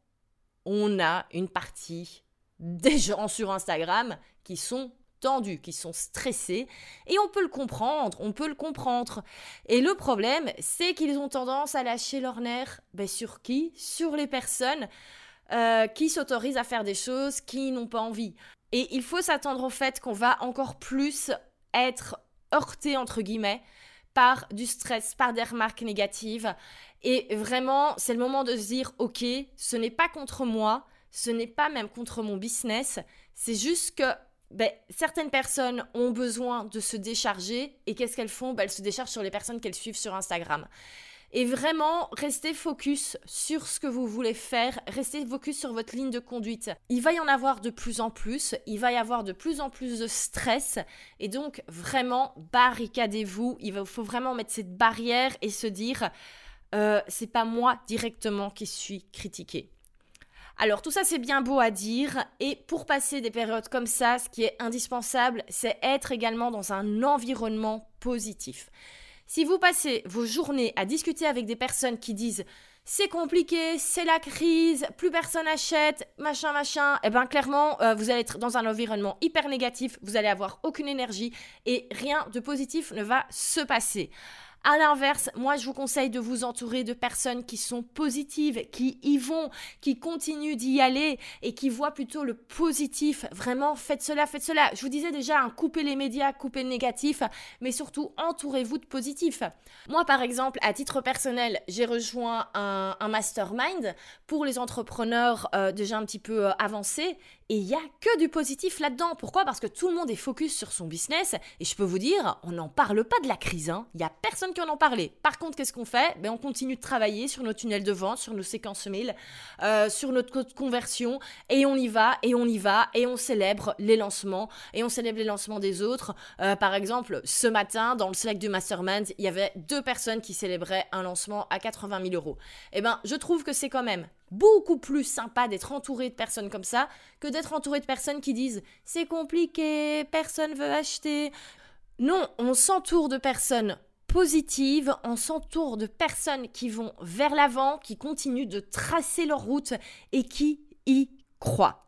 on a une partie des gens sur Instagram qui sont tendus, qui sont stressés, et on peut le comprendre, on peut le comprendre. Et le problème, c'est qu'ils ont tendance à lâcher leur nerf, ben sur qui ? Sur les personnes euh, qui s'autorisent à faire des choses qu'ils n'ont pas envie. Et il faut s'attendre au fait qu'on va encore plus être heurté, entre guillemets, par du stress, par des remarques négatives. Et vraiment, c'est le moment de se dire, ok, ce n'est pas contre moi, ce n'est pas même contre mon business, c'est juste que Ben, certaines personnes ont besoin de se décharger et qu'est-ce qu'elles font ? Ben, elles se déchargent sur les personnes qu'elles suivent sur Instagram. Et vraiment, restez focus sur ce que vous voulez faire, restez focus sur votre ligne de conduite. Il va y en avoir de plus en plus, il va y avoir de plus en plus de stress et donc vraiment barricadez-vous. Il va, faut vraiment mettre cette barrière et se dire euh, c'est pas moi directement qui suis critiqué. Alors tout ça c'est bien beau à dire et pour passer des périodes comme ça, ce qui est indispensable, c'est être également dans un environnement positif. Si vous passez vos journées à discuter avec des personnes qui disent « c'est compliqué, c'est la crise, plus personne achète, machin, machin », eh bien clairement, euh, vous allez être dans un environnement hyper négatif, vous allez avoir aucune énergie et rien de positif ne va se passer. À l'inverse, moi je vous conseille de vous entourer de personnes qui sont positives, qui y vont, qui continuent d'y aller et qui voient plutôt le positif. Vraiment, faites cela, faites cela. Je vous disais déjà, hein, coupez les médias, coupez le négatif, mais surtout entourez-vous de positifs. Moi par exemple, à titre personnel, j'ai rejoint un, un mastermind pour les entrepreneurs euh, déjà un petit peu euh, avancés et il n'y a que du positif là-dedans. Pourquoi ? Parce que tout le monde est focus sur son business et je peux vous dire, on n'en parle pas de la crise, hein. Il n'y a personne qui en en parle. Par contre, qu'est-ce qu'on fait ? Ben, on continue de travailler sur nos tunnels de vente, sur nos séquences mail, euh, sur notre code conversion et on y va, et on y va, et on célèbre les lancements, et on célèbre les lancements des autres. Euh, par exemple, ce matin, dans le Slack du Mastermind, il y avait deux personnes qui célébraient un lancement à quatre-vingt mille euros. Eh ben, je trouve que c'est quand même beaucoup plus sympa d'être entouré de personnes comme ça que d'être entouré de personnes qui disent « c'est compliqué, personne veut acheter ». Non, on s'entoure de personnes positives, on s'entoure de personnes qui vont vers l'avant, qui continuent de tracer leur route et qui y croient.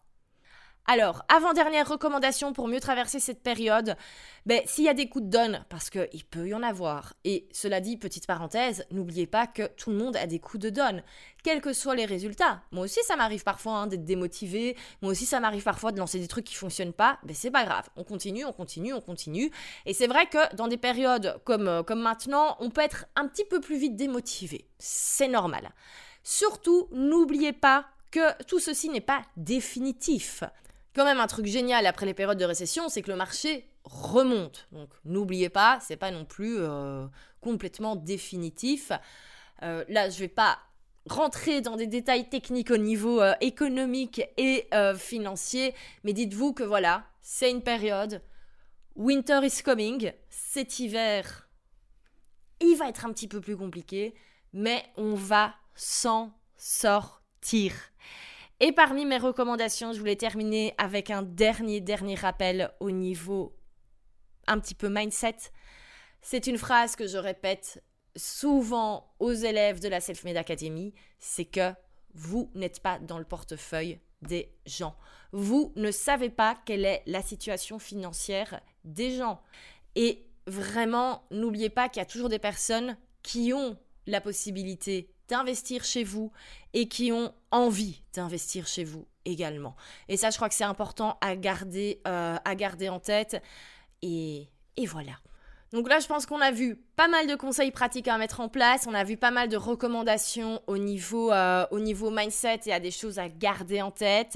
Alors, avant-dernière recommandation pour mieux traverser cette période, ben, s'il y a des coups de donne, parce qu'il peut y en avoir, et cela dit, petite parenthèse, n'oubliez pas que tout le monde a des coups de donne, quels que soient les résultats. Moi aussi, ça m'arrive parfois hein, d'être démotivée, moi aussi, ça m'arrive parfois de lancer des trucs qui ne fonctionnent pas, ben c'est pas grave, on continue, on continue, on continue, et c'est vrai que dans des périodes comme, euh, comme maintenant, on peut être un petit peu plus vite démotivé, c'est normal. Surtout, n'oubliez pas que tout ceci n'est pas définitif. Quand même un truc génial après les périodes de récession, c'est que le marché remonte. Donc n'oubliez pas, c'est pas non plus euh, complètement définitif. Euh, là, je vais pas rentrer dans des détails techniques au niveau euh, économique et euh, financier, mais dites-vous que voilà, c'est une période. Winter is coming. Cet hiver, il va être un petit peu plus compliqué, mais on va s'en sortir. tire. Et parmi mes recommandations, je voulais terminer avec un dernier, dernier rappel au niveau un petit peu mindset. C'est une phrase que je répète souvent aux élèves de la Self-Made Academy, c'est que vous n'êtes pas dans le portefeuille des gens. Vous ne savez pas quelle est la situation financière des gens. Et vraiment, n'oubliez pas qu'il y a toujours des personnes qui ont la possibilité d'investir chez vous et qui ont envie d'investir chez vous également. Et ça, je crois que c'est important à garder, euh, à garder en tête. Et, et voilà. Donc là, je pense qu'on a vu pas mal de conseils pratiques à mettre en place. On a vu pas mal de recommandations au niveau, euh, au niveau mindset et à des choses à garder en tête.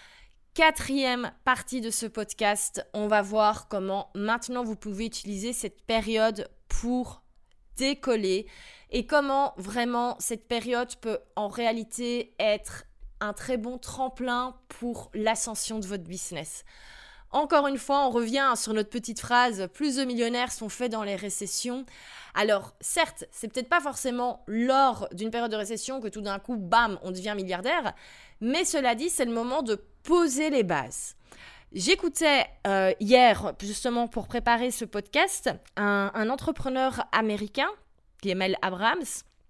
Quatrième partie de ce podcast, on va voir comment maintenant vous pouvez utiliser cette période pour décoller et comment vraiment cette période peut en réalité être un très bon tremplin pour l'ascension de votre business. Encore une fois, on revient sur notre petite phrase « plus de millionnaires sont faits dans les récessions ». Alors, certes, c'est peut-être pas forcément lors d'une période de récession que tout d'un coup, bam, on devient milliardaire. Mais cela dit, c'est le moment de poser les bases. J'écoutais euh, hier, justement pour préparer ce podcast, un, un entrepreneur américain qui est Mel Abrams,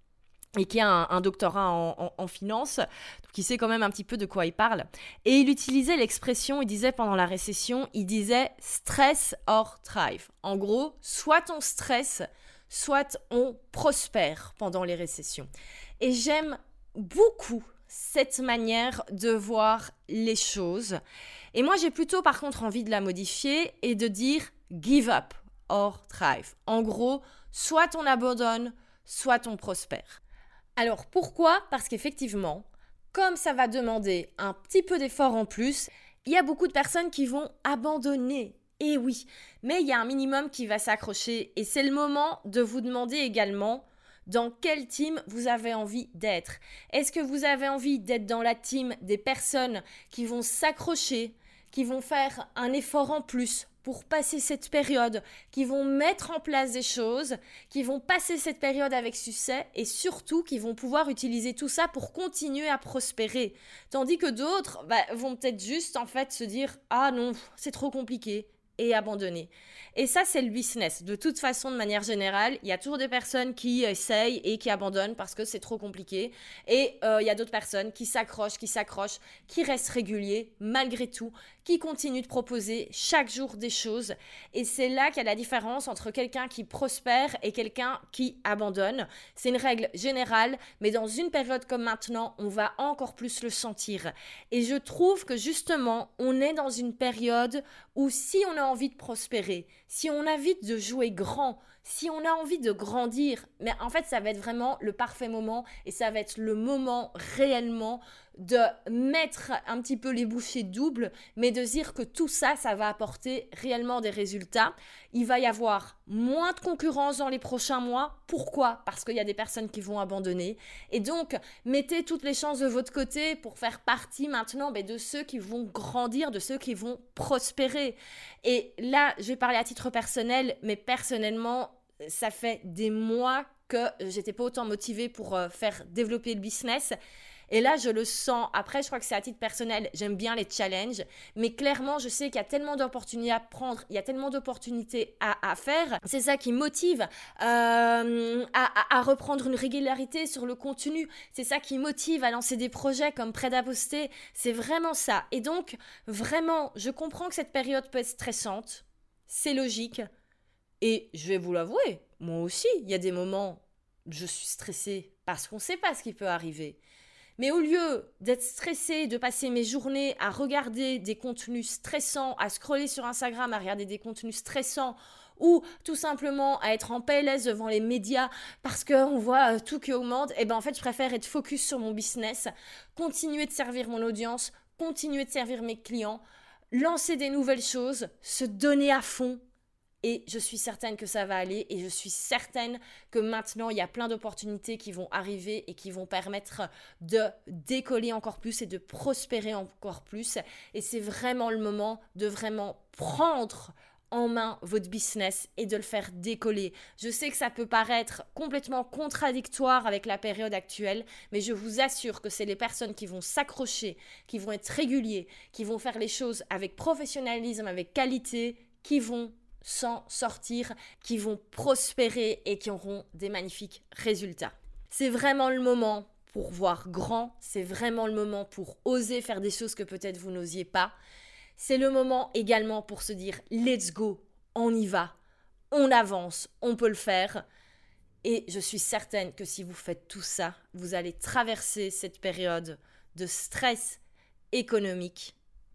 et qui a un, un doctorat en, en, en finance, donc il sait quand même un petit peu de quoi il parle. Et il utilisait l'expression, il disait pendant la récession, il disait « stress or thrive ». En gros, soit on stresse, soit on prospère pendant les récessions. Et j'aime beaucoup cette manière de voir les choses. Et moi, j'ai plutôt par contre envie de la modifier et de dire « give up or thrive ». En gros, soit on abandonne, soit on prospère. Alors pourquoi ? Parce qu'effectivement, comme ça va demander un petit peu d'effort en plus, il y a beaucoup de personnes qui vont abandonner. Et oui, mais il y a un minimum qui va s'accrocher et c'est le moment de vous demander également dans quelle team vous avez envie d'être. Est-ce que vous avez envie d'être dans la team des personnes qui vont s'accrocher, qui vont faire un effort en plus pour passer cette période, qui vont mettre en place des choses, qui vont passer cette période avec succès et surtout qui vont pouvoir utiliser tout ça pour continuer à prospérer. Tandis que d'autres bah, vont peut-être juste en fait se dire « Ah non, c'est trop compliqué » et abandonner. Et ça, c'est le business. De toute façon, de manière générale, il y a toujours des personnes qui essayent et qui abandonnent parce que c'est trop compliqué. Et euh, il y a d'autres personnes qui s'accrochent, qui s'accrochent, qui restent réguliers malgré tout, qui continuent de proposer chaque jour des choses. Et c'est là qu'il y a la différence entre quelqu'un qui prospère et quelqu'un qui abandonne. C'est une règle générale, mais dans une période comme maintenant, on va encore plus le sentir. Et je trouve que justement, on est dans une période où si on a envie de prospérer, si on a envie de jouer grand, si on a envie de grandir, mais en fait, ça va être vraiment le parfait moment et ça va être le moment réellement de mettre un petit peu les bouchées doubles, mais de dire que tout ça, ça va apporter réellement des résultats. Il va y avoir moins de concurrence dans les prochains mois. Pourquoi ? Parce qu'il y a des personnes qui vont abandonner. Et donc, mettez toutes les chances de votre côté pour faire partie maintenant ben, de ceux qui vont grandir, de ceux qui vont prospérer. Et là, je vais parler à titre personnel, mais personnellement, ça fait des mois que j'étais pas autant motivée pour euh, faire développer le business. Et là, je le sens. Après, je crois que c'est à titre personnel. J'aime bien les challenges. Mais clairement, je sais qu'il y a tellement d'opportunités à prendre. Il y a tellement d'opportunités à, à faire. C'est ça qui motive euh, à, à reprendre une régularité sur le contenu. C'est ça qui motive à lancer des projets comme Prêt à poster. C'est vraiment ça. Et donc, vraiment, je comprends que cette période peut être stressante. C'est logique. Et je vais vous l'avouer, moi aussi, il y a des moments où je suis stressée parce qu'on ne sait pas ce qui peut arriver. Mais au lieu d'être stressée, de passer mes journées à regarder des contenus stressants, à scroller sur Instagram, à regarder des contenus stressants ou tout simplement à être en P L S devant les médias parce qu'on voit tout qui augmente, et ben en fait, je préfère être focus sur mon business, continuer de servir mon audience, continuer de servir mes clients, lancer des nouvelles choses, se donner à fond. Et je suis certaine que ça va aller et je suis certaine que maintenant, il y a plein d'opportunités qui vont arriver et qui vont permettre de décoller encore plus et de prospérer encore plus. Et c'est vraiment le moment de vraiment prendre en main votre business et de le faire décoller. Je sais que ça peut paraître complètement contradictoire avec la période actuelle, mais je vous assure que c'est les personnes qui vont s'accrocher, qui vont être réguliers, qui vont faire les choses avec professionnalisme, avec qualité, qui vont s'en sortir, qui vont prospérer et qui auront des magnifiques résultats. C'est vraiment le moment pour voir grand, c'est vraiment le moment pour oser faire des choses que peut-être vous n'osiez pas. C'est le moment également pour se dire « let's go, on y va, on avance, on peut le faire ». Et je suis certaine que si vous faites tout ça, vous allez traverser cette période de stress économique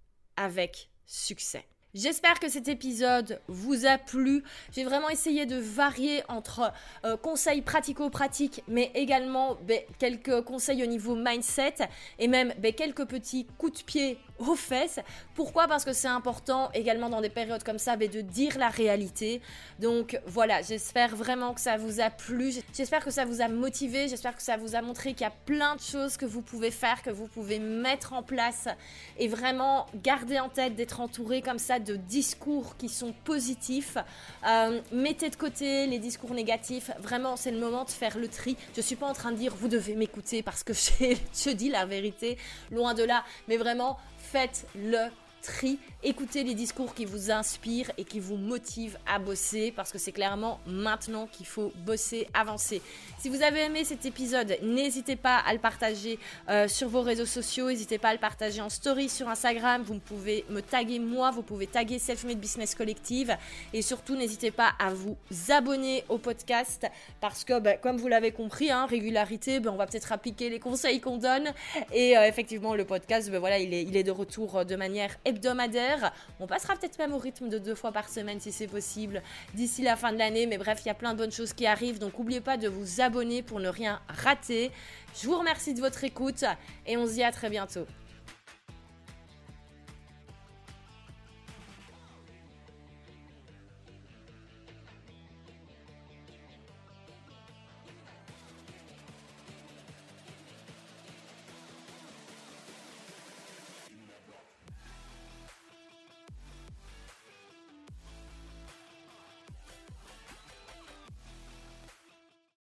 avec succès. J'espère que cet épisode vous a plu. J'ai vraiment essayé de varier entre euh, conseils pratico-pratiques, mais également ben, quelques conseils au niveau mindset et même ben, quelques petits coups de pied aux fesses. Pourquoi ? Parce que c'est important également dans des périodes comme ça ben, de dire la réalité. Donc voilà, j'espère vraiment que ça vous a plu. J'espère que ça vous a motivé. J'espère que ça vous a montré qu'il y a plein de choses que vous pouvez faire, que vous pouvez mettre en place et vraiment garder en tête d'être entouré comme ça de discours qui sont positifs. Euh, mettez de côté les discours négatifs. Vraiment, c'est le moment de faire le tri. Je suis pas en train de dire vous devez m'écouter parce que je dis la vérité, loin de là. Mais vraiment, faites le tri. Écoutez les discours qui vous inspirent et qui vous motivent à bosser parce que c'est clairement maintenant qu'il faut bosser, avancer. Si vous avez aimé cet épisode, n'hésitez pas à le partager euh, sur vos réseaux sociaux, n'hésitez pas à le partager en story sur Instagram, vous pouvez me taguer moi, vous pouvez taguer Self-Made Business Collective et surtout n'hésitez pas à vous abonner au podcast parce que bah, comme vous l'avez compris, hein, régularité, bah, on va peut-être appliquer les conseils qu'on donne et euh, effectivement le podcast, bah, voilà, il est, il est de retour de manière hebdomadaire. On passera peut-être même au rythme de deux fois par semaine si c'est possible d'ici la fin de l'année. Mais bref, il y a plein de bonnes choses qui arrivent. Donc n'oubliez pas de vous abonner pour ne rien rater. Je vous remercie de votre écoute et on se dit à très bientôt.